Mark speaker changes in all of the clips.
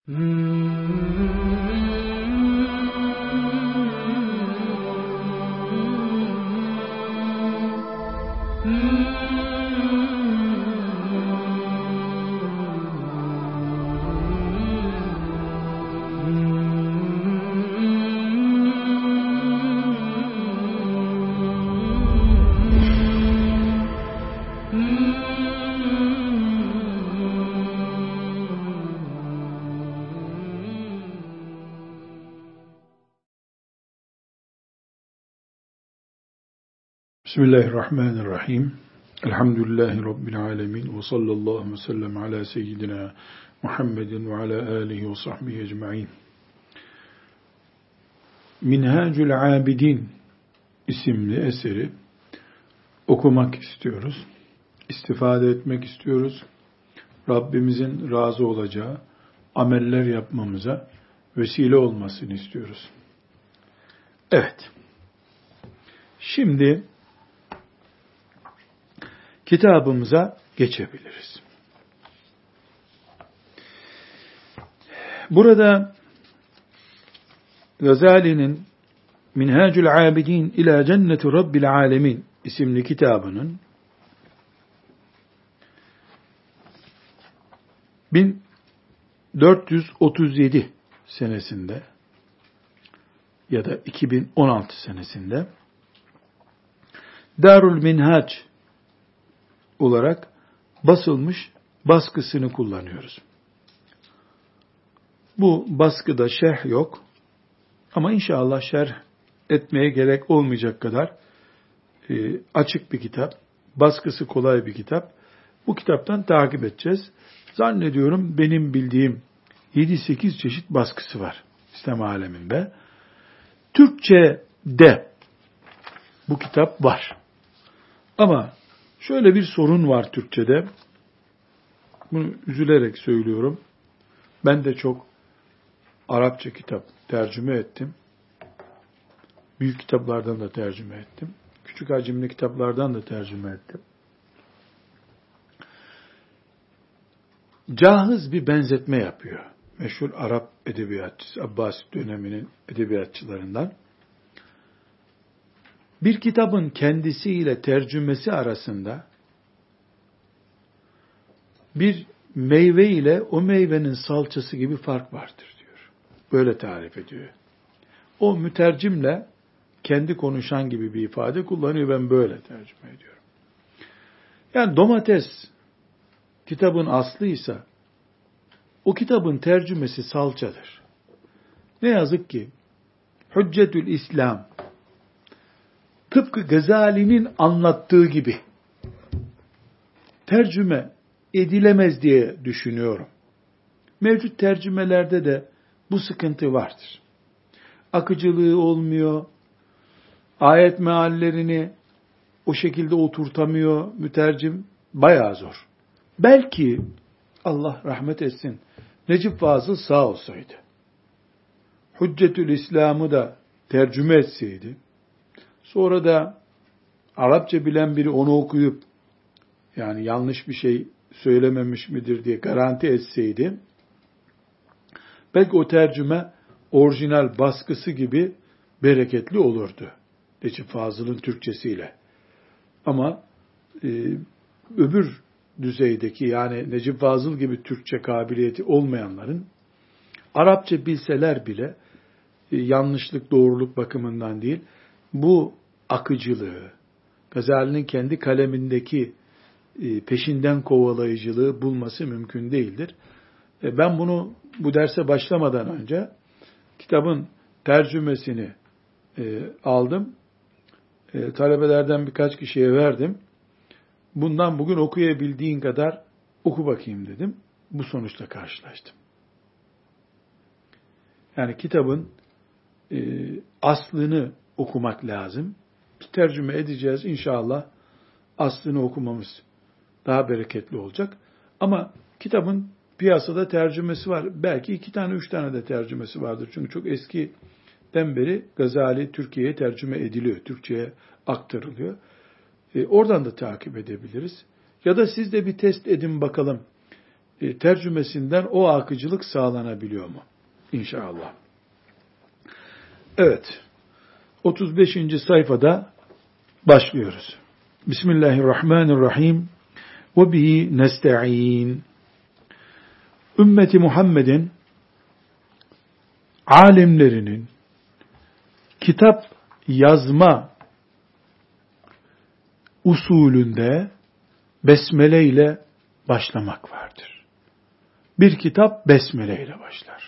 Speaker 1: Bismillahirrahmanirrahim. Elhamdülillahi Rabbil alemin. Ve sallallahu ve sellem ala seyyidina Muhammedin ve ala alihi ve sahbihi ecma'in. Minhacül Abidin isimli eseri okumak istiyoruz. İstifade etmek istiyoruz. Rabbimizin razı olacağı ameller yapmamıza vesile olmasını istiyoruz. Evet. Şimdi kitabımıza geçebiliriz. Burada Gazali'nin Minhacül Abidin ila Cenneti Rabbil Alemin isimli kitabının 1437 senesinde ya da 2016 senesinde Darul Minhac olarak basılmış baskısını kullanıyoruz. Bu baskıda şerh yok ama inşallah şerh etmeye gerek olmayacak kadar açık bir kitap, baskısı kolay bir kitap. Bu kitaptan takip edeceğiz. Zannediyorum benim bildiğim 7-8 çeşit baskısı var İslam aleminde. Türkçe'de bu kitap var. Ama şöyle bir sorun var Türkçe'de. Bunu üzülerek söylüyorum. Ben de çok Arapça kitap tercüme ettim. Büyük kitaplardan da tercüme ettim. Küçük hacimli kitaplardan da tercüme ettim. Cahız bir benzetme yapıyor. Meşhur Arap edebiyatçısı, Abbasit döneminin edebiyatçılarından. Bir kitabın kendisiyle tercümesi arasında bir meyve ile o meyvenin salçası gibi fark vardır diyor. Böyle tarif ediyor. O mütercimle kendi konuşan gibi bir ifade kullanıyor. Ben böyle tercüme ediyorum. Yani domates kitabın aslıysa o kitabın tercümesi salçadır. Ne yazık ki Hüccetül İslam tıpkı Gazali'nin anlattığı gibi tercüme edilemez diye düşünüyorum. Mevcut tercümelerde de bu sıkıntı vardır. Akıcılığı olmuyor, ayet meallerini o şekilde oturtamıyor mütercim, bayağı zor. Belki Allah rahmet etsin Necip Fazıl sağ olsaydı, Hüccetül İslam'ı da tercüme etseydi, sonra da Arapça bilen biri onu okuyup, yani yanlış bir şey söylememiş midir diye garanti etseydi, belki o tercüme orijinal baskısı gibi bereketli olurdu. Necip Fazıl'ın Türkçesiyle. Ama öbür düzeydeki, yani Necip Fazıl gibi Türkçe kabiliyeti olmayanların Arapça bilseler bile yanlışlık, doğruluk bakımından değil, bu akıcılığı, Gazali'nin kendi kalemindeki peşinden kovalayıcılığı bulması mümkün değildir. Ben bunu bu derse başlamadan önce kitabın tercümesini aldım. Talebelerden birkaç kişiye verdim. Bundan bugün okuyabildiğin kadar oku bakayım dedim. Bu sonuçla karşılaştım. Yani kitabın aslını okumak lazım. Tercüme edeceğiz inşallah. Aslını okumamız daha bereketli olacak. Ama kitabın piyasada tercümesi var. Belki 2 tane, 3 tane de tercümesi vardır. Çünkü çok eskiden beri Gazali Türkiye'ye tercüme ediliyor. Türkçe'ye aktarılıyor. Oradan da takip edebiliriz. Ya da siz de bir test edin bakalım. tercümesinden o akıcılık sağlanabiliyor mu? İnşallah. Evet. 35. sayfada başlıyoruz. Bismillahirrahmanirrahim. Ve bihi nesta'in. Ümmeti Muhammed'in alimlerinin kitap yazma usulünde besmele ile başlamak vardır. Bir kitap besmele ile başlar.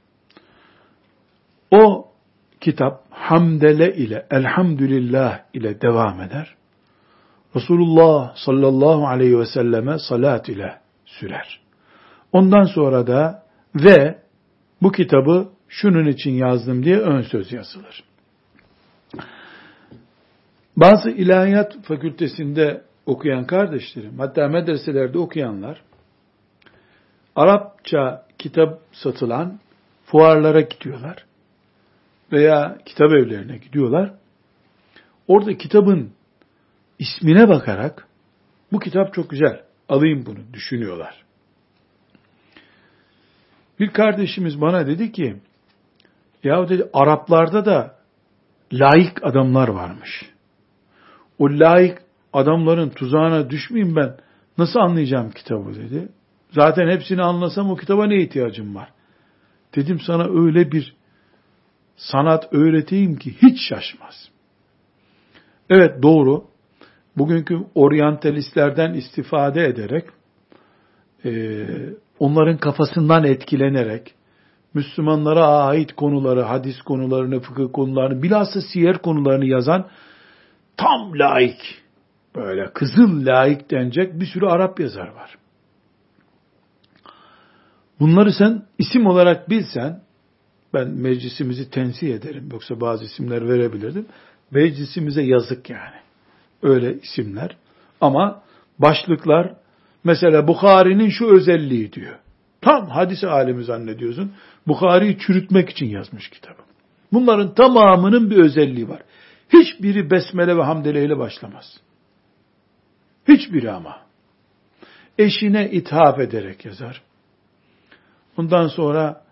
Speaker 1: O kitap hamdele ile, elhamdülillah ile devam eder. Resulullah sallallahu aleyhi ve selleme salat ile sürer. Ondan sonra da ve bu kitabı şunun için yazdım diye ön söz yazılır. Bazı ilahiyat fakültesinde okuyan kardeşlerim, hatta medreselerde okuyanlar, Arapça kitap satılan fuarlara gidiyorlar veya kitap evlerine gidiyorlar. Orada kitabın ismine bakarak, bu kitap çok güzel, alayım bunu düşünüyorlar. Bir kardeşimiz bana dedi ki, ya dedi, Araplarda da laik adamlar varmış. O laik adamların tuzağına düşmeyeyim ben, nasıl anlayacağım kitabı dedi. Zaten hepsini anlasam o kitaba ne ihtiyacım var? Dedim sana öyle bir sanat öğreteyim ki hiç şaşmaz. Evet, doğru. Bugünkü oryantalistlerden istifade ederek, onların kafasından etkilenerek, Müslümanlara ait konuları, hadis konularını, fıkıh konularını, bilhassa siyer konularını yazan tam laik, böyle kızıl laik denecek bir sürü Arap yazar var. Bunları sen isim olarak bilsen, ben meclisimizi tensih ederim, yoksa bazı isimler verebilirdim. Meclisimize yazık yani. Öyle isimler. Ama başlıklar, mesela Bukhari'nin şu özelliği diyor. Tam hadis alimi zannediyorsun. Bukhari'yi çürütmek için yazmış kitabı. Bunların tamamının bir özelliği var. Hiçbiri besmele ve hamdele ile başlamaz. Hiçbiri ama. Eşine ithaf ederek yazar. Ondan sonra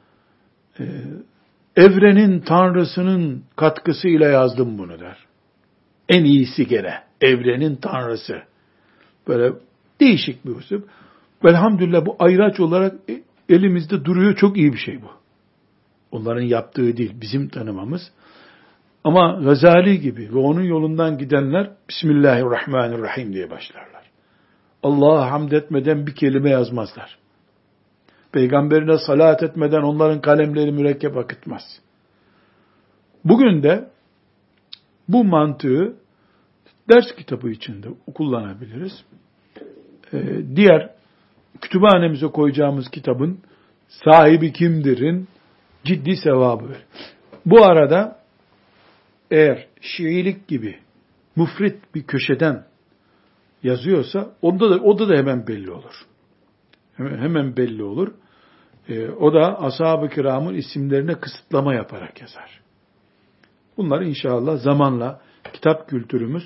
Speaker 1: evrenin Tanrısının katkısıyla yazdım bunu der. En iyisi gene. Evrenin Tanrısı. Böyle değişik bir usul. Elhamdülillah bu ayraç olarak elimizde duruyor. Çok iyi bir şey bu. Onların yaptığı değil, bizim tanımamız. Ama Gazali gibi ve onun yolundan gidenler Bismillahirrahmanirrahim diye başlarlar. Allah'a hamd etmeden bir kelime yazmazlar. Peygamberine salat etmeden onların kalemleri mürekkep akıtmaz. Bugün de bu mantığı ders kitabı içinde kullanabiliriz. Diğer kütüphanemize koyacağımız kitabın sahibi kimdir'in ciddi sevabı var. Bu arada eğer Şiilik gibi müfrit bir köşeden yazıyorsa onda da hemen belli olur. Hemen belli olur. O da ashab-ı kiramın isimlerine kısıtlama yaparak yazar. Bunları inşallah zamanla kitap kültürümüz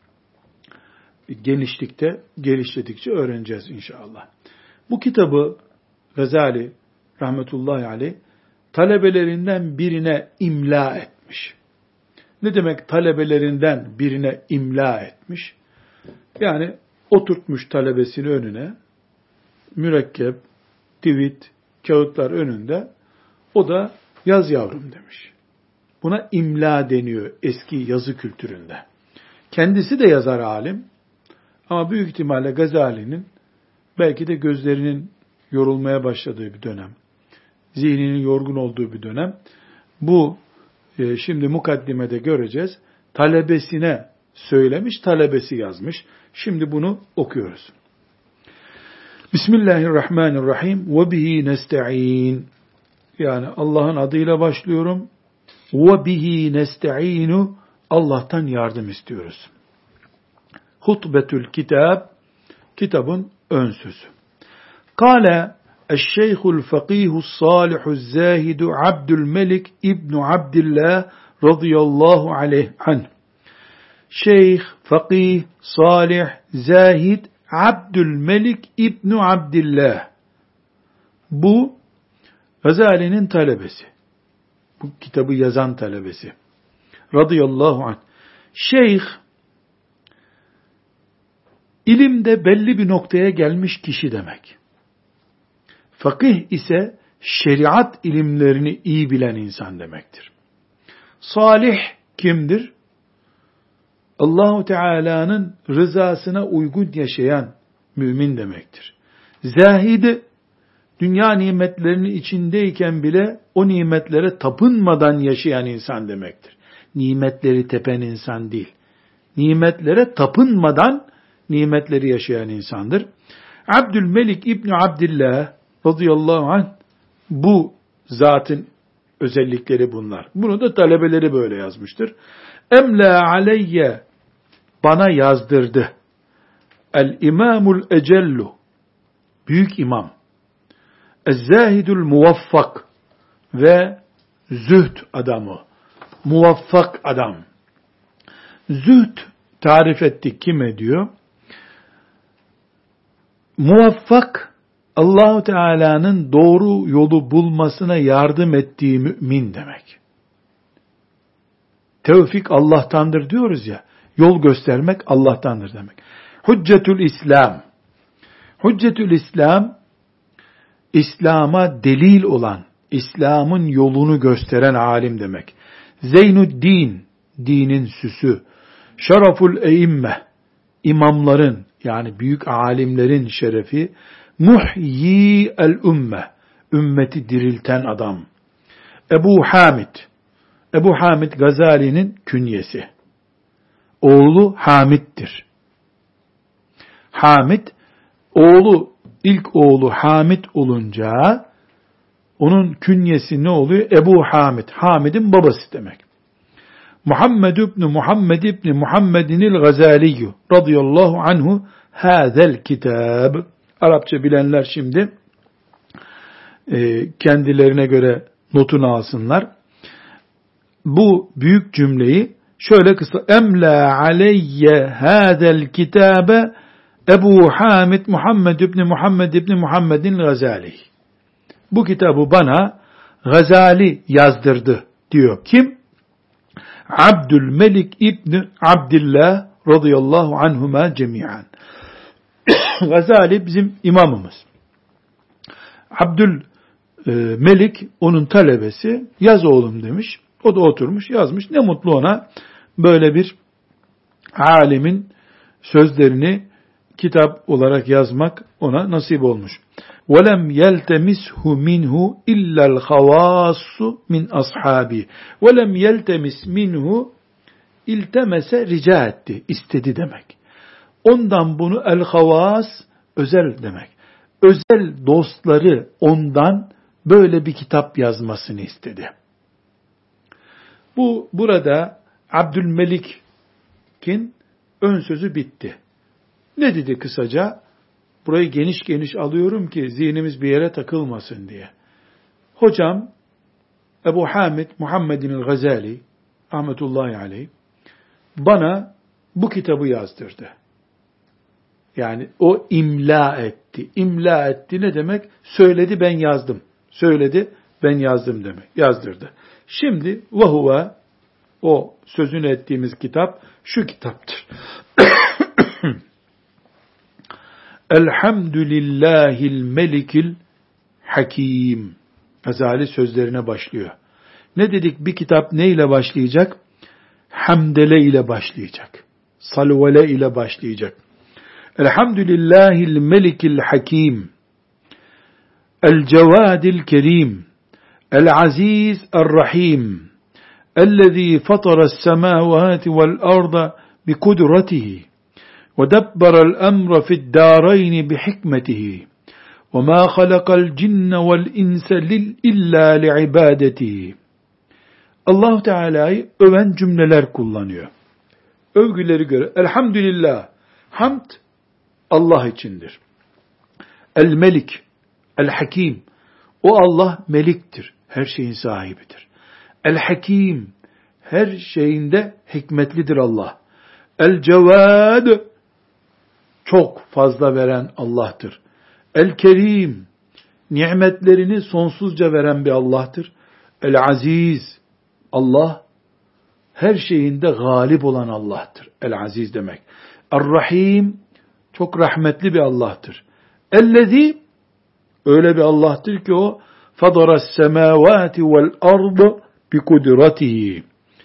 Speaker 1: geliştikçe öğreneceğiz inşallah. Bu kitabı Gazali rahmetullahi aleyh talebelerinden birine imla etmiş. Ne demek talebelerinden birine imla etmiş? Yani oturtmuş talebesini önüne, mürekkep, tivit, kağıtlar önünde, o da yaz yavrum demiş. Buna imla deniyor eski yazı kültüründe. Kendisi de yazar alim ama büyük ihtimalle Gazali'nin belki de gözlerinin yorulmaya başladığı bir dönem, zihninin yorgun olduğu bir dönem, bu şimdi mukaddimede göreceğiz, talebesine söylemiş, talebesi yazmış. Şimdi bunu okuyoruz. Bismillahirrahmanirrahim ve bihi nesta'in. Yani Allah'ın adıyla başlıyorum. Ve bihi nesta'inu. Allah'tan yardım istiyoruz. Hutbetül kitab. Kitabın ön sözü. Kâle eşşeyhul fakihus salihuz zâhidu Abdülmelik İbni Abdillah radıyallahu anh. Şeyh, fakih, salih, zahid Abdülmelik İbni Abdillah Bu Gazali'nin talebesi. Bu kitabı yazan talebesi. Radıyallahu anh. Şeyh, ilimde belli bir noktaya gelmiş kişi demek. Fakih ise şeriat ilimlerini iyi bilen insan demektir. Salih kimdir? Allahu Teala'nın rızasına uygun yaşayan mümin demektir. Zahid, dünya nimetlerinin içindeyken bile o nimetlere tapınmadan yaşayan insan demektir. Nimetleri tepen insan değil. Nimetlere tapınmadan nimetleri yaşayan insandır. Abdülmelik İbni Abdillah radıyallahu anh, bu zatın özellikleri bunlar. Bunu da talebeleri böyle yazmıştır. Emla aleyye, bana yazdırdı. El imamul ecellu, büyük imam. Ez-zahidul muvaffak ve zühd adamı. Muvaffak adam. Zühd tarif ettik, kim ediyor? Muvaffak, Allah-u Teala'nın doğru yolu bulmasına yardım ettiği mümin demek. Tevfik Allah'tandır diyoruz ya, yol göstermek Allah'tandır demek. Hüccetül İslam. Hüccetül İslam, İslam'a delil olan, İslam'ın yolunu gösteren alim demek. Zeynüddin, dinin süsü. Şereful eimme, imamların, yani büyük alimlerin şerefi. Muhyi el ümme, ümmeti dirilten adam. Ebu Hamid, Ebu Hamid Gazali'nin künyesi. Oğlu Hamid'dir. Hamid, ilk oğlu Hamid olunca onun künyesi ne oluyor? Ebu Hamid. Hamid'in babası demek. Muhammed ibn Muhammedinil Gazaliyyü radıyallahu anhu hâzel kitab. Arapça bilenler şimdi kendilerine göre notunu alsınlar. Bu büyük cümleyi şöyle kısa: emla aleyye hâzel kitabe Ebu Hamid Muhammed ibn Muhammedin Gazali. Bu kitabı bana Gazali yazdırdı diyor. Kim? Abdülmelik İbni Abdillah radıyallahu anhuma cemiyen. Gazali bizim imamımız. Abdülmelik onun talebesi. Yaz oğlum demiş. O da oturmuş yazmış. Ne mutlu ona, böyle bir alimin sözlerini kitap olarak yazmak ona nasip olmuş. وَلَمْ يَلْتَمِسْهُ مِنْهُ اِلَّا الْخَوَاسُ مِنْ أَصْحَابِهِ وَلَمْ يَلْتَمِسْ مِنْهُ iltemese rica etti, istedi demek. Ondan bunu el-havas, özel demek. Özel dostları ondan böyle bir kitap yazmasını istedi. Burada Abdülmelik'in ön sözü bitti. Ne dedi kısaca? Burayı geniş geniş alıyorum ki zihnimiz bir yere takılmasın diye. Hocam Ebu Hamid Muhammedin Gazali rahmetullahi aleyh bana bu kitabı yazdırdı. Yani o imla etti. İmla etti ne demek? Söyledi, ben yazdım. Söyledi, ben yazdım demek. Yazdırdı. Şimdi vahuve, o sözünü ettiğimiz kitap şu kitaptır. Elhamdülillahil melikil hakim. Gazali sözlerine başlıyor. Ne dedik? Bir kitap neyle başlayacak? Hamdele ile başlayacak. Salvele ile başlayacak. Elhamdülillahil melikil hakim. El cevadil kerim. El aziz el rahim. Ellezî fataras semâvâti vel arda bi kudretihi. وَدَبَّرَ الْأَمْرَ فِي الدَّارَيْنِ بِحِكْمَتِهِ وَمَا خَلَقَ الْجِنَّ وَالْإِنْسَ إِلَّا لِعِبَادَتِهِ. Allah Teala'yı öven cümleler kullanıyor. Övgüleri göre elhamdülillah, hamd Allah içindir. El-Melik, El-Hakim, o Allah meliktir, her şeyin sahibidir. El-Hakim, her şeyinde hikmetlidir Allah. El-Cevad, çok fazla veren Allah'tır. El-Kerim, nimetlerini sonsuzca veren bir Allah'tır. El-Aziz, Allah her şeyinde galip olan Allah'tır. El-Aziz demek. Er-Rahim, çok rahmetli bir Allah'tır. El-Lezî, öyle bir Allah'tır ki o, فَضَرَ السَّمَاوَاتِ وَالْأَرْضِ بِكُدْرَتِهِ,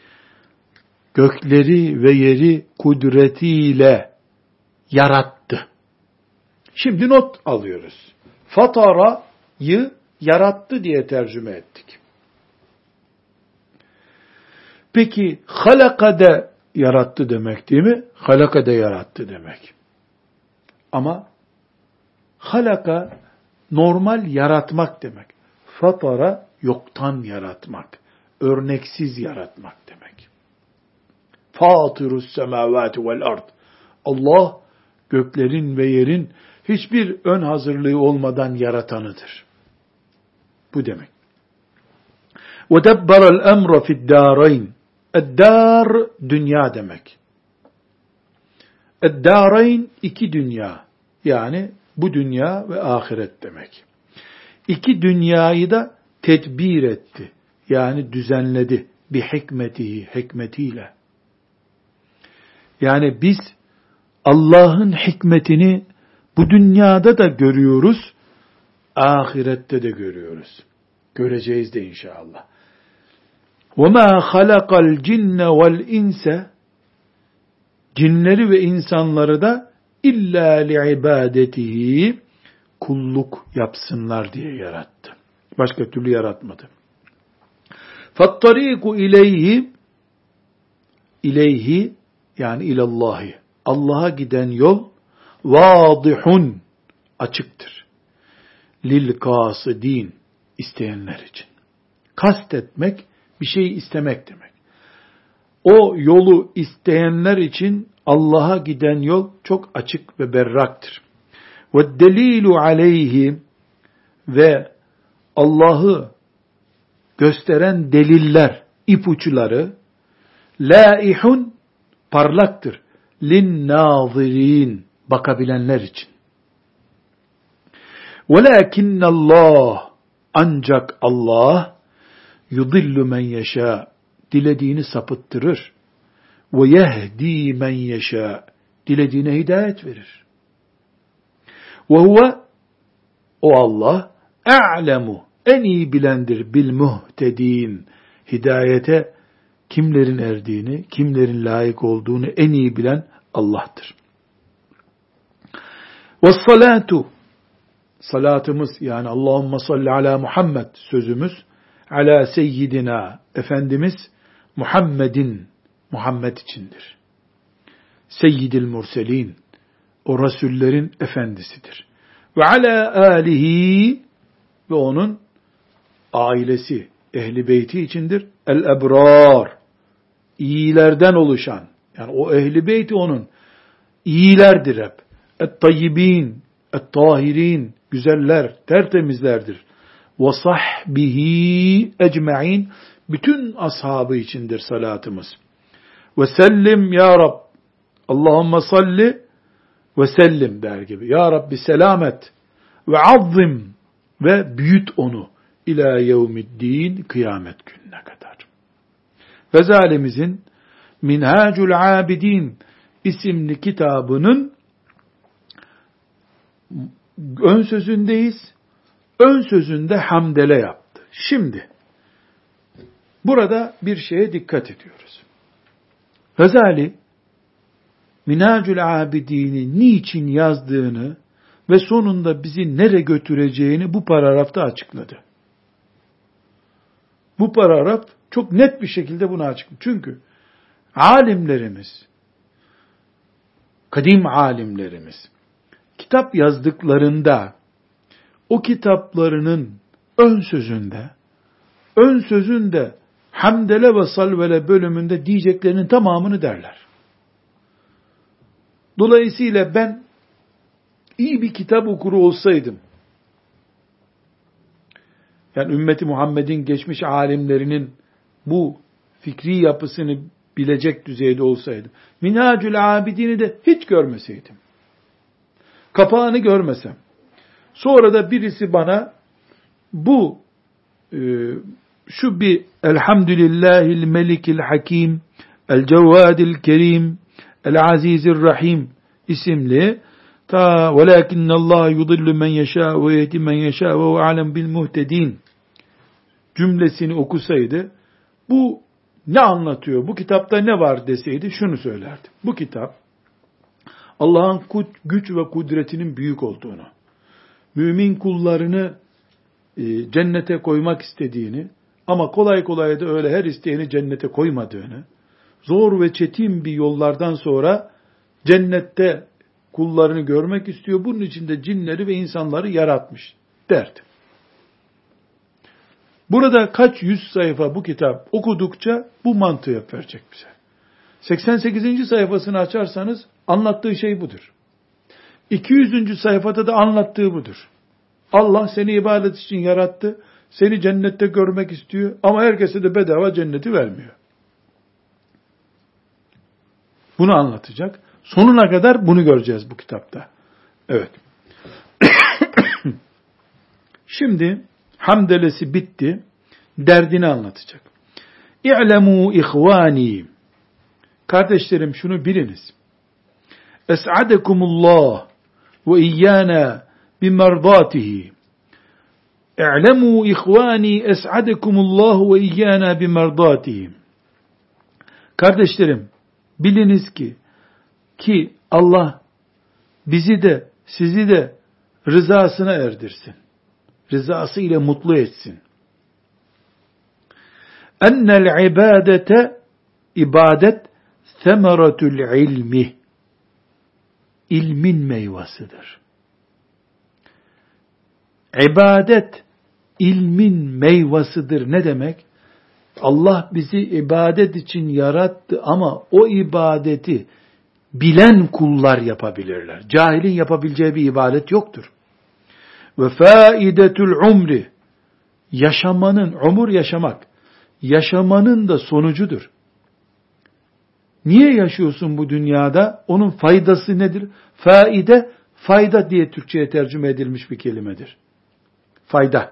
Speaker 1: gökleri ve yeri kudretiyle yarattı. Şimdi not alıyoruz. Fatara'yı yarattı diye tercüme ettik. Peki halakada yarattı demek değil mi? Halakada yarattı demek. Ama halaka normal yaratmak demek. Fatara yoktan yaratmak. Örneksiz yaratmak demek. Fatirus semavati vel ard. Allah göklerin ve yerin hiçbir ön hazırlığı olmadan yaratanıdır. Bu demek. وَدَبَّرَ الْأَمْرَ فِي الدَّارَيْنِ, Eddar dünya demek. Eddarayn iki dünya. Yani bu dünya ve ahiret demek. İki dünyayı da tedbir etti. Yani düzenledi. Bi hikmetihi, hikmetiyle. Yani biz Allah'ın hikmetini bu dünyada da görüyoruz, ahirette de görüyoruz. Göreceğiz de inşallah. وَمَا خَلَقَ الْجِنَّ وَالْاِنْسَ, cinleri ve insanları da illa li'ibadetihi, kulluk yapsınlar diye yarattı. Başka türlü yaratmadı. فَالطَّرِيقُ ileyhi, yani ilallahi, Allah'a giden yol vadihun, açıktır. Lil kasidin, isteyenler için. Kastetmek, bir şeyi istemek demek. O yolu isteyenler için Allah'a giden yol çok açık ve berraktır. Ve delilu aleyhi, ve Allah'ı gösteren deliller, ipuçları, laihun, parlaktır. Linnâzirin, bakabilenler için. Velâkinnallâh, ancak Allah, yudillu men yeşâ, dilediğini sapıttırır. Ve yehdi men yeşâ, dilediğine hidayet verir. Ve huve, o Allah, a'lemu, en iyi bilendir bil muhtedin, hidayete kimlerin erdiğini, kimlerin layık olduğunu en iyi bilen Allah'tır. Vessalatu, salatımız, yani Allahümme salli ala Muhammed sözümüz, ala seyyidina, Efendimiz Muhammedin, Muhammed içindir. Seyyidil murselin, o Resullerin efendisidir. Ve ala alihi, ve onun ailesi, ehli beyti içindir. El ebrar, iyilerden oluşan, yani o ehli beyti onun, iyilerdir hep. Et-tayyibin, et-tahirin, güzeller, tertemizlerdir. Ve sahbihi ecma'in, bütün ashabı içindir salatımız. Ve sellim ya Rab, Allahümme salli ve sellim der gibi. Ya Rabbi selamet ve azzim, ve büyüt onu ila yevmiddin, kıyamet gününe kadar. Gazalimizin Minhacul Abidin isimli kitabının ön sözündeyiz. Ön sözünde hamdele yaptı. Şimdi burada bir şeye dikkat ediyoruz. Gazali Minhacul Abidin'i niçin yazdığını ve sonunda bizi nereye götüreceğini bu paragrafta açıkladı. Bu paragraf çok net bir şekilde bunu açıkladı. Çünkü alimlerimiz, kadim alimlerimiz, kitap yazdıklarında o kitaplarının ön sözünde hamdele ve salvele bölümünde diyeceklerinin tamamını derler. Dolayısıyla ben iyi bir kitap okuru olsaydım, yani ümmeti Muhammed'in geçmiş alimlerinin bu fikri yapısını bilecek düzeyde olsaydım, Minhacül Abidin'i de hiç görmeseydim, kapağını görmesem, sonra da birisi bana bu şu bir Elhamdülillahil Melikil Hakim El Cevvadil Kerim El Azizir Rahim isimli ta velakinnallah yudillu men yeşâ ve yehdi men yeşâ ve huve alem bil muhtedin cümlesini okusaydı, bu ne anlatıyor, bu kitapta ne var deseydi şunu söylerdi. Bu kitap Allah'ın güç ve kudretinin büyük olduğunu, mümin kullarını cennete koymak istediğini ama kolay kolay da öyle her isteyeni cennete koymadığını, zor ve çetin bir yollardan sonra cennette kullarını görmek istiyor. Bunun için de cinleri ve insanları yaratmış derdi. Burada kaç yüz sayfa bu kitap okudukça bu mantığı verecek bize. 88. sayfasını açarsanız anlattığı şey budur. 200. sayfada da anlattığı budur. Allah seni ibadet için yarattı, seni cennette görmek istiyor ama herkese de bedava cenneti vermiyor. Bunu anlatacak. Sonuna kadar bunu göreceğiz bu kitapta. Evet. Şimdi hamdelesi bitti. Derdini anlatacak. İ'lemû ihvâni. Kardeşlerim şunu biliniz. Es'adekumullah ve iyyâna bimerdâtihi. İ'lemû ihvâni es'adekumullah ve iyyâna bimerdâtihi. Kardeşlerim biliniz ki Allah bizi de sizi de rızasına erdirsin. Rızası ile mutlu etsin. Ennel ibadete ibadet semeretül ilmi. İlmin meyvasıdır. İbadet ilmin meyvasıdır. Ne demek? Allah bizi ibadet için yarattı ama o ibadeti bilen kullar yapabilirler. Cahilin yapabileceği bir ibadet yoktur. Ve faidetül umri, yaşamanın, umur yaşamak, yaşamanın da sonucudur. Niye yaşıyorsun bu dünyada? Onun faydası nedir? Faide, fayda diye Türkçe'ye tercüme edilmiş bir kelimedir. Fayda.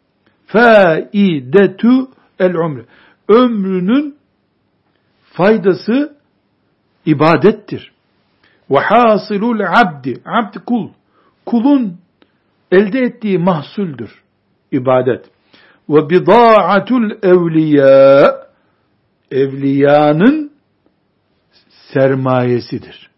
Speaker 1: Faidetü el umri. Ömrünün faydası ibadettir. Ve hasilul abdi. Abd kul. Kulun elde ettiği mahsuldür. İbadet. Ve bidaatul evliya. Evliyanın sermayesidir.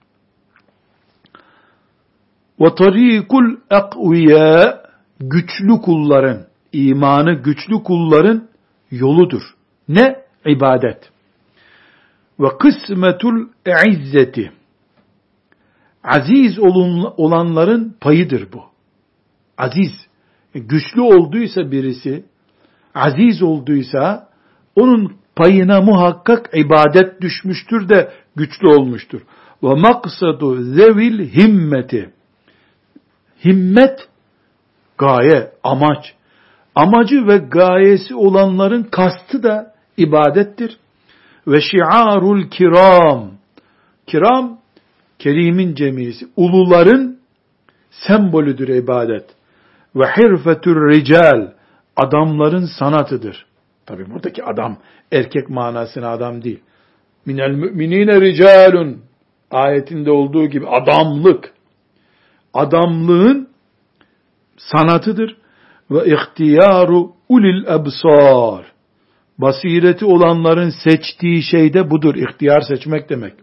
Speaker 1: Ve tarikul akviya. Güçlü kulların, imanı güçlü kulların yoludur. Ne? İbadet. Ve kısmetul izzeti. Aziz olanların payıdır bu. Aziz. Güçlü olduysa birisi, aziz olduysa, onun payına muhakkak ibadet düşmüştür de güçlü olmuştur. Ve maksadu zevil himmeti. Himmet, gaye, amaç. Amacı ve gayesi olanların kastı da ibadettir. Ve şiarul kiram. Kiram, kerimin cemisi. Uluların sembolüdür ibadet. Ve hirfetür rical. Adamların sanatıdır. Tabi buradaki adam, erkek manasına adam değil. Minel müminine ricalun. Ayetinde olduğu gibi adamlık. Adamlığın sanatıdır. Ve ihtiyaru ulil ebsar. Basireti olanların seçtiği şey de budur. İhtiyar seçmek demek.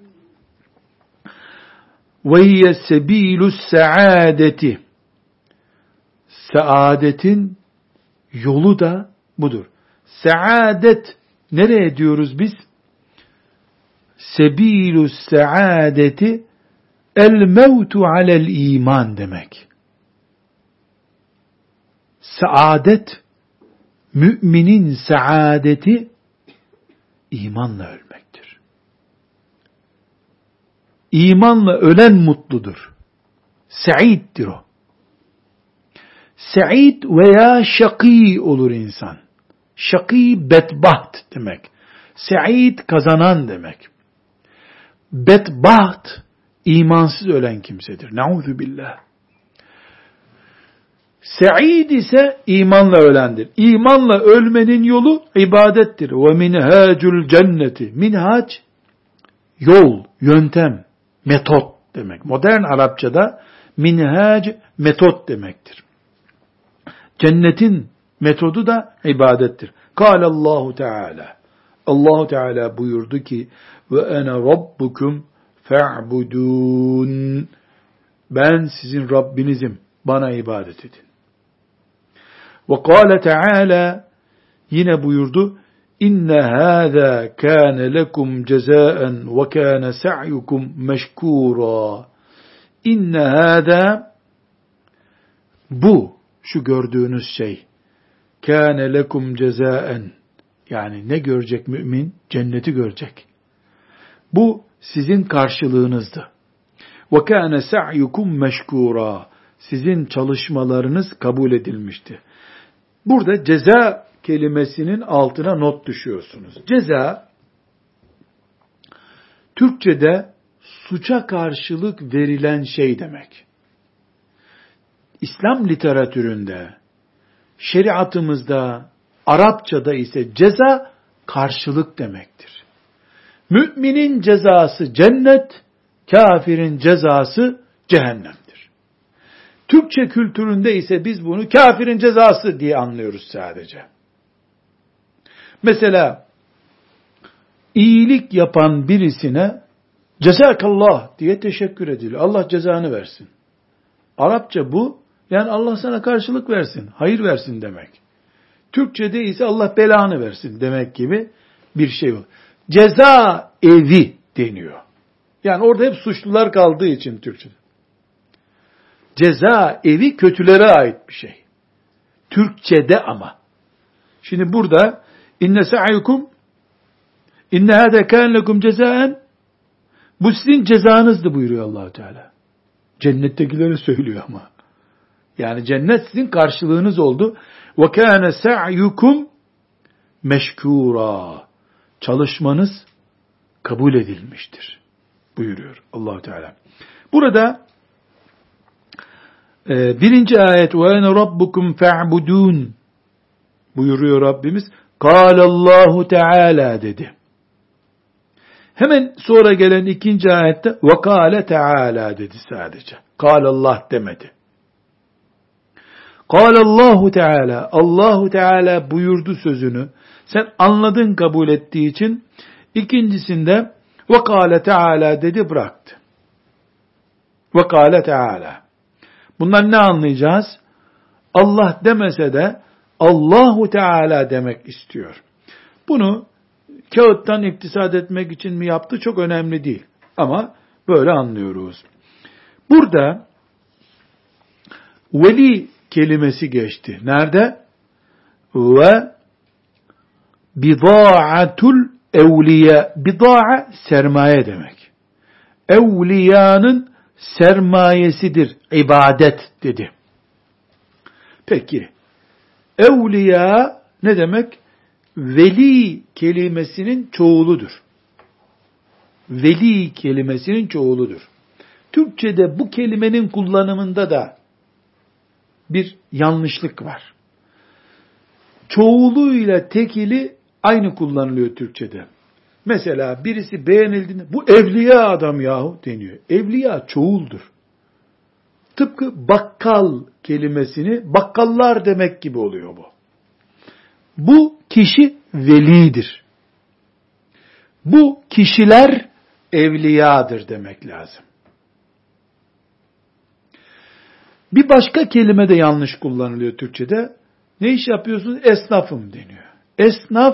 Speaker 1: Ve hiye sebilus saadeti. Saadetin yolu da budur. Saadet nereye diyoruz biz? Sebilus saadeti el mevtu alel iman demek. Saadet, müminin saadeti imanla ölmektir. İmanla ölen mutludur. Saiddir o. Said veya şakî olur insan. Şakî bedbaht demek. Said kazanan demek. Bedbaht imansız ölen kimsedir. Nauzu billah. Se'id ise imanla ölendir. İmanla ölmenin yolu ibadettir. Ve minhacul cenneti. Minhac, yol, yöntem, metot demek. Modern Arapçada minhac, metot demektir. Cennetin metodu da ibadettir. Kâlallahu Teala. Allahu Teala buyurdu ki ve ene rabbukum fe'budun. Ben sizin Rabbinizim. Bana ibadet edin. Ve kâle Teala, yine buyurdu, İnne hâzâ kâne lekum cezâen ve kâne sa'yukum meşkûrâ. İnne hâzâ, bu, şu gördüğünüz şey, kâne lekum cezâen, yani ne görecek mümin? Cenneti görecek. Bu sizin karşılığınızdı. Ve kâne sa'yukum meşkûrâ. Sizin çalışmalarınız kabul edilmişti. Burada ceza kelimesinin altına not düşüyorsunuz. Ceza, Türkçe'de suça karşılık verilen şey demek. İslam literatüründe, şeriatımızda, Arapçada ise ceza karşılık demektir. Müminin cezası cennet, kafirin cezası cehennemdir. Türkçe kültüründe ise biz bunu kafirin cezası diye anlıyoruz sadece. Mesela iyilik yapan birisine cezakallah diye teşekkür ediliyor. Allah cezanı versin. Arapça bu, yani Allah sana karşılık versin, hayır versin demek. Türkçe'de ise Allah belanı versin demek gibi bir şey o. Ceza evi deniyor. Yani orada hep suçlular kaldığı için Türkçe'de. Ceza evi kötülere ait bir şey. Türkçe'de ama. Şimdi burada inne sa'yukum inne hâzâ kâne lekum cezâen, bu sizin cezanızdı buyuruyor Allah Teala. Cennettekilere söylüyor ama. Yani cennet sizin karşılığınız oldu. Ve kâne sa'yukum meşkûrâ. Çalışmanız kabul edilmiştir buyuruyor Allah Teala. Burada birinci ayet ve ene rabbukum fe'budun buyuruyor Rabbimiz. Kâlallahu Teala dedi. Hemen sonra gelen ikinci ayette ve kâle Teala dedi sadece. Kâlallah demedi. Kâlallahu Teala, Allahu Teala buyurdu sözünü. Sen anladın, kabul ettiği için ikincisinde ve kâle Teala dedi, bıraktı. Ve kâle Teala. Bundan ne anlayacağız? Allah demese de Allahu Teala demek istiyor. Bunu kağıttan iktisat etmek için mi yaptı çok önemli değil. Ama böyle anlıyoruz. Burada veli kelimesi geçti. Nerede? Ve bidâ'atul evliya. Bidâ'a sermaye demek. Evliyanın sermayesidir ibadet dedi. Peki evliya ne demek? Veli kelimesinin çoğuludur. Veli kelimesinin çoğuludur. Türkçe'de bu kelimenin kullanımında da bir yanlışlık var. Çoğuluyla tekili aynı kullanılıyor Türkçe'de. Mesela birisi beğenildiğinde bu evliya adam yahu deniyor. Evliya çoğuldur. Tıpkı bakkal kelimesini bakkallar demek gibi oluyor bu. Bu kişi velidir. Bu kişiler evliyadır demek lazım. Bir başka kelime de yanlış kullanılıyor Türkçe'de. Ne iş yapıyorsunuz? Esnafım deniyor. Esnaf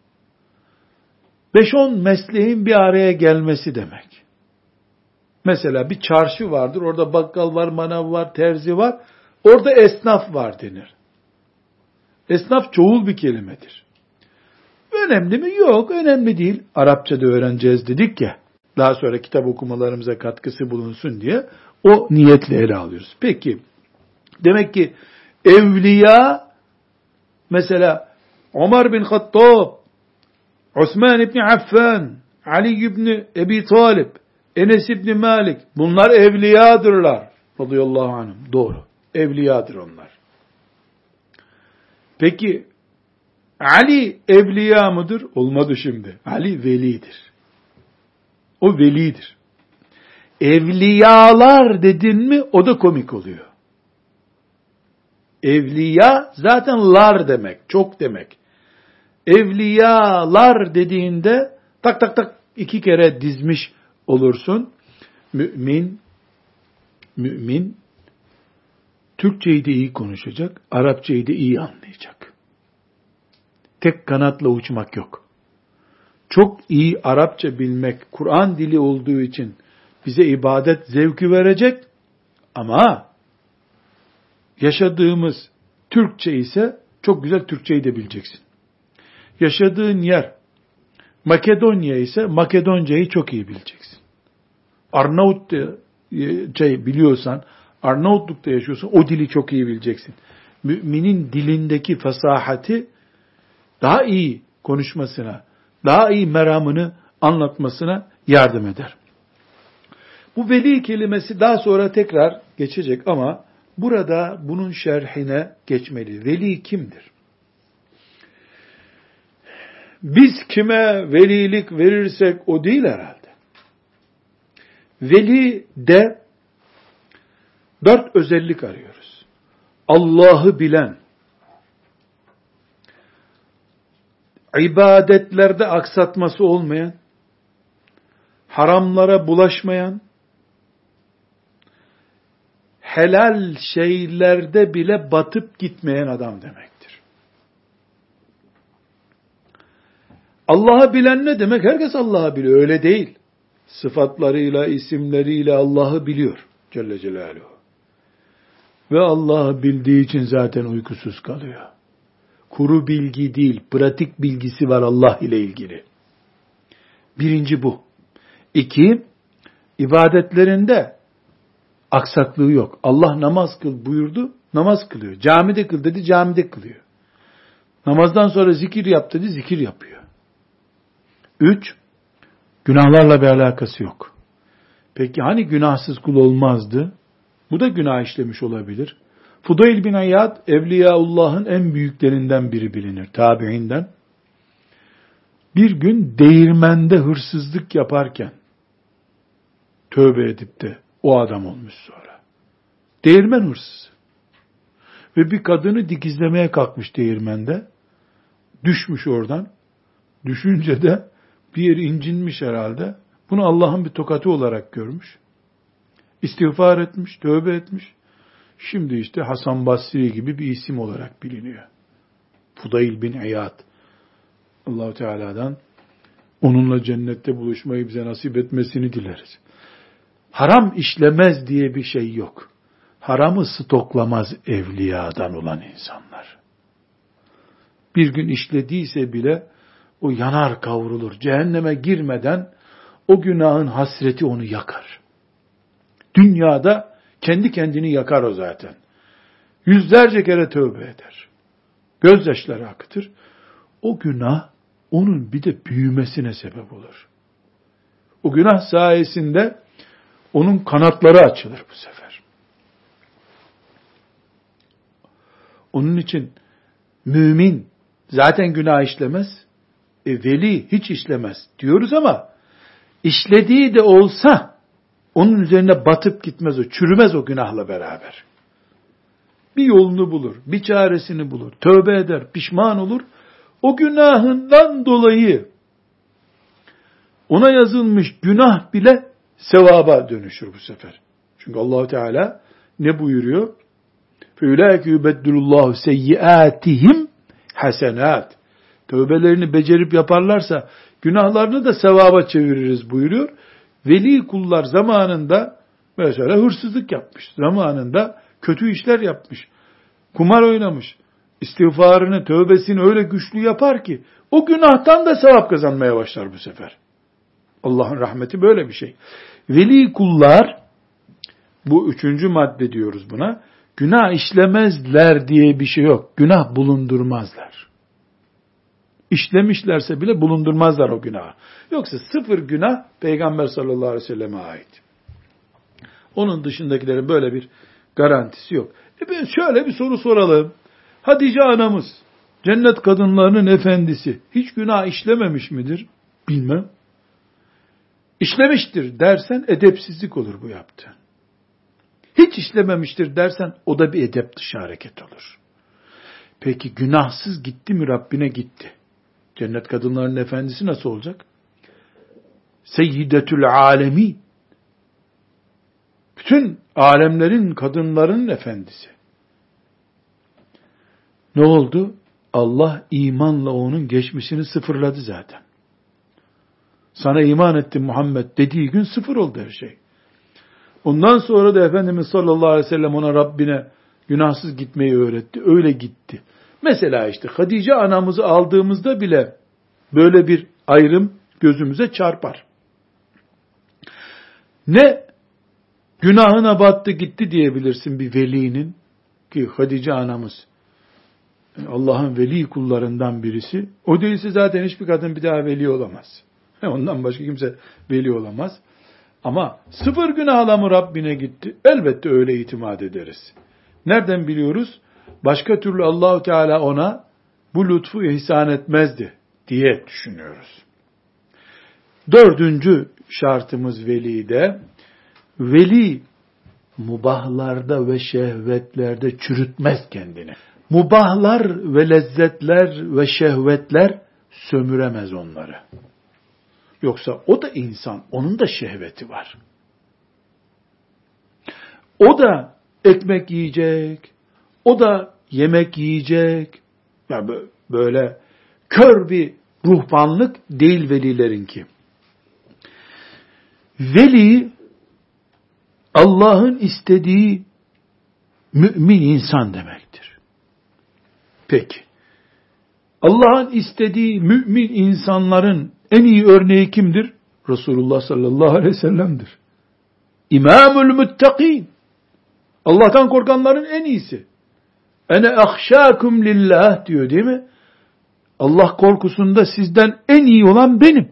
Speaker 1: 5-10 mesleğin bir araya gelmesi demek. Mesela bir çarşı vardır. Orada bakkal var, manav var, terzi var. Orada esnaf var denir. Esnaf çoğul bir kelimedir. Önemli mi? Yok, önemli değil. Arapçada öğreneceğiz dedik ya. Daha sonra kitap okumalarımıza katkısı bulunsun diye o niyetle ele alıyoruz. Peki, demek ki evliya mesela Ömer bin Hattab, Osman İbni Affan, Ali İbni Ebi Talib, Enes İbni Malik, bunlar evliyadırlar. Radıyallahu anhum. Doğru. Evliyadır onlar. Peki Ali evliya mıdır? Olmadı şimdi. Ali velidir. O velidir. Evliyalar dedin mi o da komik oluyor. Evliya zaten lar demek, çok demek. Evliyalar dediğinde tak tak tak 2 kere dizmiş olursun. Mümin Türkçeyi de iyi konuşacak, Arapçayı da iyi anlayacak. Tek kanatla uçmak yok. Çok iyi Arapça bilmek, Kur'an dili olduğu için bize ibadet zevki verecek ama yaşadığımız Türkçe ise çok güzel Türkçeyi de bileceksin. Yaşadığın yer Makedonya ise Makedoncayı çok iyi bileceksin. Arnavutçayı biliyorsan, Arnavutluk'ta yaşıyorsan o dili çok iyi bileceksin. Müminin dilindeki fasahati daha iyi konuşmasına, daha iyi meramını anlatmasına yardım eder. Bu veli kelimesi daha sonra tekrar geçecek ama burada bunun şerhine geçmeli. Veli kimdir? Biz kime velilik verirsek o değil herhalde. Veli de 4 özellik arıyoruz. Allah'ı bilen, ibadetlerde aksatması olmayan, haramlara bulaşmayan, helal şeylerde bile batıp gitmeyen adam demektir. Allah'ı bilen ne demek? Herkes Allah'ı biliyor. Öyle değil. Sıfatlarıyla, isimleriyle Allah'ı biliyor. Celle Celaluhu. Ve Allah'ı bildiği için zaten uykusuz kalıyor. Kuru bilgi değil, pratik bilgisi var Allah ile ilgili. Birinci bu. 2, ibadetlerinde aksaklığı yok. Allah namaz kıl buyurdu, namaz kılıyor. Camide kıl dedi, camide kılıyor. Namazdan sonra zikir yap dedi, zikir yapıyor. 3, günahlarla bir alakası yok. Peki hani günahsız kul olmazdı? Bu da günah işlemiş olabilir. Fudayl bin İyad, Evliyaullah'ın en büyüklerinden biri bilinir, tabiinden. Bir gün değirmende hırsızlık yaparken, tövbe edip de o adam olmuş sonra. Değirmen hırsızı. Ve bir kadını dikizlemeye kalkmış değirmende. Düşmüş oradan. Düşünce de bir yeri incinmiş herhalde. Bunu Allah'ın bir tokatı olarak görmüş. İstiğfar etmiş, tövbe etmiş. Şimdi işte Hasan Basri gibi bir isim olarak biliniyor. Fudayl bin İyad. Allah-u Teala'dan onunla cennette buluşmayı bize nasip etmesini dileriz. Haram işlemez diye bir şey yok. Haramı stoklamaz evliyadan olan insanlar. Bir gün işlediyse bile o yanar kavrulur. Cehenneme girmeden o günahın hasreti onu yakar. Dünyada kendi kendini yakar o zaten. Yüzlerce kere tövbe eder. Gözyaşları akıtır. O günah onun bir de büyümesine sebep olur. O günah sayesinde onun kanatları açılır bu sefer. Onun için mümin zaten günah işlemez, veli hiç işlemez diyoruz ama işlediği de olsa onun üzerine batıp gitmez o, çürümez o günahla beraber. Bir yolunu bulur, bir çaresini bulur, tövbe eder, pişman olur. O günahından dolayı ona yazılmış günah bile sevaba dönüşür bu sefer. Çünkü Allah-u Teala ne buyuruyor? فَاُولَٰئِكَ يُبَدِّلُ اللّٰهُ سَيِّئَاتِهِمْ hasenat. Tövbelerini becerip yaparlarsa günahlarını da sevaba çeviririz buyuruyor. Veli kullar zamanında mesela hırsızlık yapmış, zamanında kötü işler yapmış, kumar oynamış, istiğfarını, tövbesini öyle güçlü yapar ki o günahtan da sevap kazanmaya başlar bu sefer. Allah'ın rahmeti böyle bir şey. Veli kullar, bu 3. madde diyoruz buna, günah işlemezler diye bir şey yok. Günah bulundurmazlar. İşlemişlerse bile bulundurmazlar o günahı. Yoksa 0 günah Peygamber sallallahu aleyhi ve selleme ait. Onun dışındakilerin böyle bir garantisi yok. Şöyle bir soru soralım. Hatice anamız cennet kadınlarının efendisi hiç günah işlememiş midir? Bilmem. İşlemiştir dersen edepsizlik olur bu yaptığın. Hiç işlememiştir dersen o da bir edep dışı hareket olur. Peki günahsız gitti mi Rabbine gitti. Cennet kadınlarının efendisi nasıl olacak? Seyyidetül alemi. Bütün alemlerin, kadınların efendisi. Ne oldu? Allah imanla onun geçmişini sıfırladı zaten. Sana iman ettim Muhammed dediği gün sıfır oldu her şey. Ondan sonra da Efendimiz sallallahu aleyhi ve sellem ona Rabbine günahsız gitmeyi öğretti. Öyle gitti. Mesela işte Hatice anamızı aldığımızda bile böyle bir ayrım gözümüze çarpar. Ne günahına battı gitti diyebilirsin bir velinin, ki Hatice anamız Allah'ın veli kullarından birisi. O değilse zaten hiçbir kadın bir daha veli olamaz. Ondan başka kimse veli olamaz. Ama sıfır günahla mı Rabbine gitti? Elbette öyle itimat ederiz. Nereden biliyoruz? Başka türlü Allahu Teala ona bu lütfu ihsan etmezdi diye düşünüyoruz. Dördüncü şartımız velide, veli mubahlarda ve şehvetlerde çürütmez kendini. Mubahlar ve lezzetler ve şehvetler sömüremez onları. Yoksa o da insan, onun da şehveti var. O da ekmek yiyecek, o da yemek yiyecek. Yani böyle kör bir ruhbanlık değil velilerinki. Veli, Allah'ın istediği mümin insan demektir. Peki, Allah'ın istediği mümin insanların en iyi örneği kimdir? Resulullah sallallahu aleyhi ve sellem'dir. İmamul muttaqin. Allah'tan korkanların en iyisi. Ene ahşâkum lillah diyor değil mi? Allah korkusunda sizden en iyi olan benim.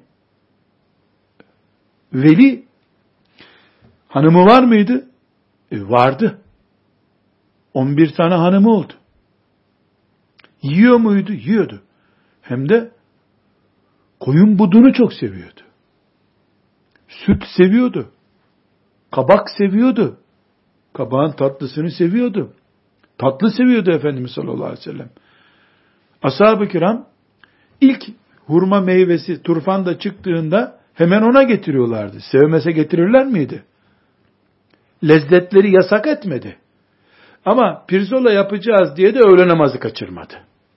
Speaker 1: Veli, hanımı var mıydı? Vardı. 11 tane hanımı oldu. Yiyor muydu? Yiyordu. Hem de koyun budunu çok seviyordu. Süt seviyordu. Kabak seviyordu. Kabağın tatlısını seviyordu. Tatlı seviyordu Efendimiz sallallahu aleyhi ve sellem. Ashab-ı kiram ilk hurma meyvesi turfanda çıktığında hemen ona getiriyorlardı. Sevmese getirirler miydi? Lezzetleri yasak etmedi. Ama pirzola yapacağız diye de öğle namazı kaçırmadı.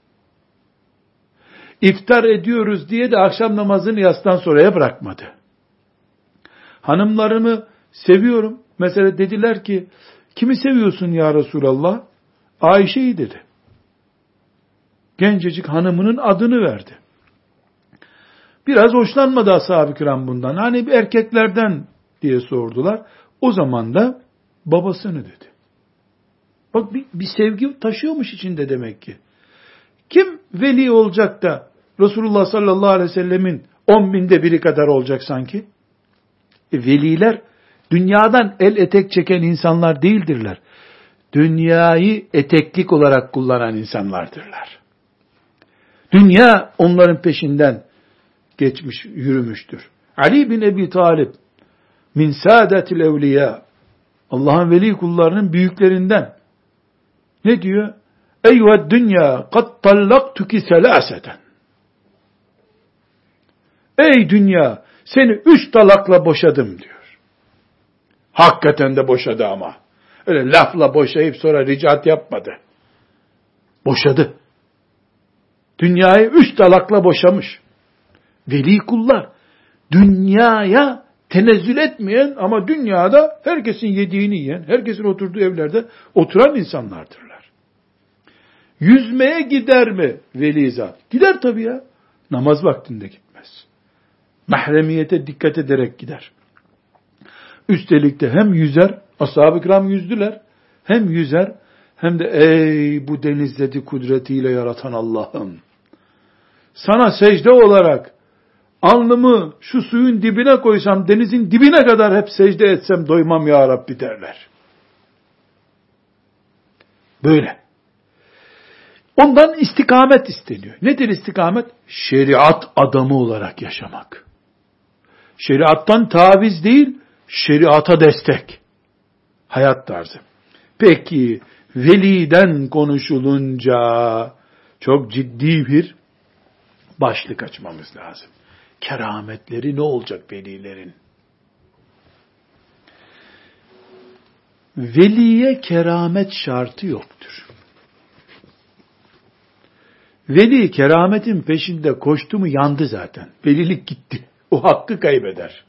Speaker 1: İftar ediyoruz diye de akşam namazını yastan sonraya bırakmadı. Hanımlarımı seviyorum. Mesela dediler ki, kimi seviyorsun ya Resulallah? Ayşe'yi dedi. Gencecik hanımının adını verdi. Biraz hoşlanmadı ashab-ı kiram bundan. Hani bir erkeklerden diye sordular. O zaman da babasını dedi. Bak bir sevgi taşıyormuş içinde demek ki. Kim veli olacak da Resulullah sallallahu aleyhi ve sellemin 10.000'de biri kadar olacak sanki? Veliler dünyadan el etek çeken insanlar değildirler. Dünyayı eteklik olarak kullanan insanlardırlar. Dünya onların peşinden geçmiş, yürümüştür. Ali bin Ebi Talib min saadetil evliya, Allah'ın veli kullarının büyüklerinden ne diyor? Eyved dünya kad tallaktuki selaseten. Ey dünya, seni 3 talakla boşadım diyor. Hakikaten de boşadı ama. Öyle lafla boşayıp sonra ricat yapmadı. Boşadı. Dünyayı 3 talakla boşamış. Veli kullar dünyaya tenezzül etmeyen ama dünyada herkesin yediğini yiyen, herkesin oturduğu evlerde oturan insanlardırlar. Yüzmeye gider mi veli zat? Gider tabii ya. Namaz vaktinde gitmez. Mahremiyete dikkat ederek gider. Üstelik de hem yüzer, ashab-ı kiram yüzdüler, hem yüzer, hem de ey bu denizleri kudretiyle yaratan Allah'ım, sana secde olarak alnımı şu suyun dibine koysam, denizin dibine kadar hep secde etsem doymam ya Rabbi derler. Böyle. Ondan istikamet isteniyor. Nedir istikamet? Şeriat adamı olarak yaşamak. Şeriattan taviz değil, şeriata destek. Hayat tarzı. Peki, veliden konuşulunca çok ciddi bir başlık açmamız lazım. Kerametleri ne olacak velilerin? Veliye keramet şartı yoktur. Veli kerametin peşinde koştu mu yandı zaten. Velilik gitti. O hakkı kaybeder.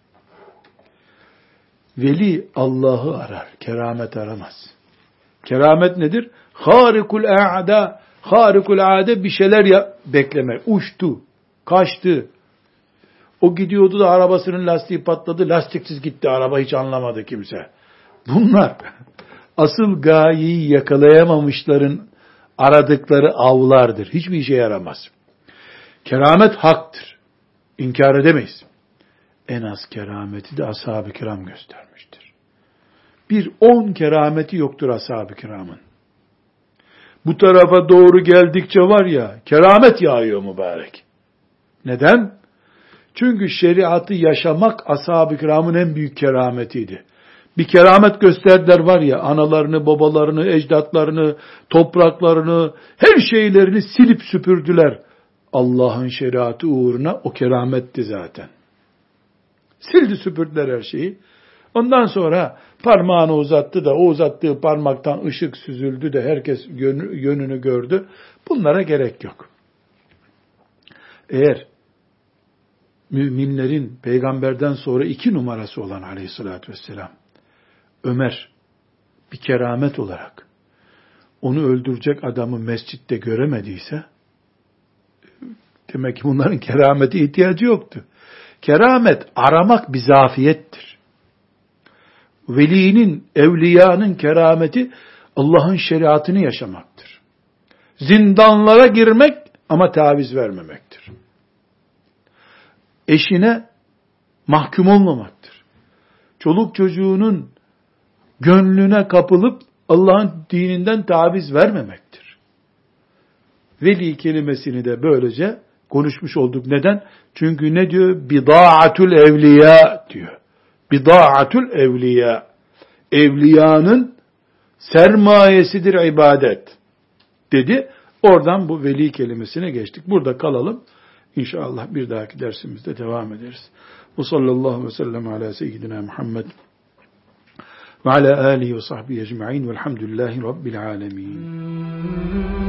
Speaker 1: Veli Allah'ı arar, keramet aramaz. Keramet nedir? Harikul a'da, harikul a'de bir şeyler bekleme. Uçtu, kaçtı. O gidiyordu da arabasının lastiği patladı, lastiksiz gitti, araba hiç anlamadı kimse. Bunlar asıl gayeyi yakalayamamışların aradıkları avlardır. Hiçbir işe yaramaz. Keramet haktır. İnkar edemeyiz. En az kerameti de ashab-ı kiram göstermiştir. 10 kerameti yoktur ashab-ı kiramın. Bu tarafa doğru geldikçe var ya, keramet yağıyor mübarek. Neden? Çünkü şeriatı yaşamak ashab-ı kiramın en büyük kerametiydi. Bir keramet gösterdiler var ya, analarını, babalarını, ecdatlarını, topraklarını, her şeylerini silip süpürdüler. Allah'ın şeriatı uğruna o kerametti zaten. Sildi süpürdüler her şeyi. Ondan sonra parmağını uzattı da o uzattığı parmaktan ışık süzüldü de herkes yönünü gördü. Bunlara gerek yok. Eğer müminlerin peygamberden sonra 2 numarası olan aleyhissalatü vesselam, Ömer bir keramet olarak onu öldürecek adamı mescitte göremediyse, demek ki bunların keramete ihtiyacı yoktu. Keramet aramak bir zafiyettir. Velinin, evliyanın kerameti Allah'ın şeriatını yaşamaktır. Zindanlara girmek ama taviz vermemektir. Eşine mahkum olmamaktır. Çoluk çocuğunun gönlüne kapılıp Allah'ın dininden taviz vermemektir. Veli kelimesini de böylece konuşmuş olduk. Neden? Çünkü ne diyor? Bida'atul evliya diyor. Bida'atul evliya. Evliyanın sermayesidir ibadet dedi. Oradan bu veli kelimesine geçtik. Burada kalalım. İnşallah bir dahaki dersimizde devam ederiz. Ve sallallahu ve sellem ala seyyidina Muhammed ve ala alihi ve sahbihi ecma'in velhamdülillahi rabbil alemin.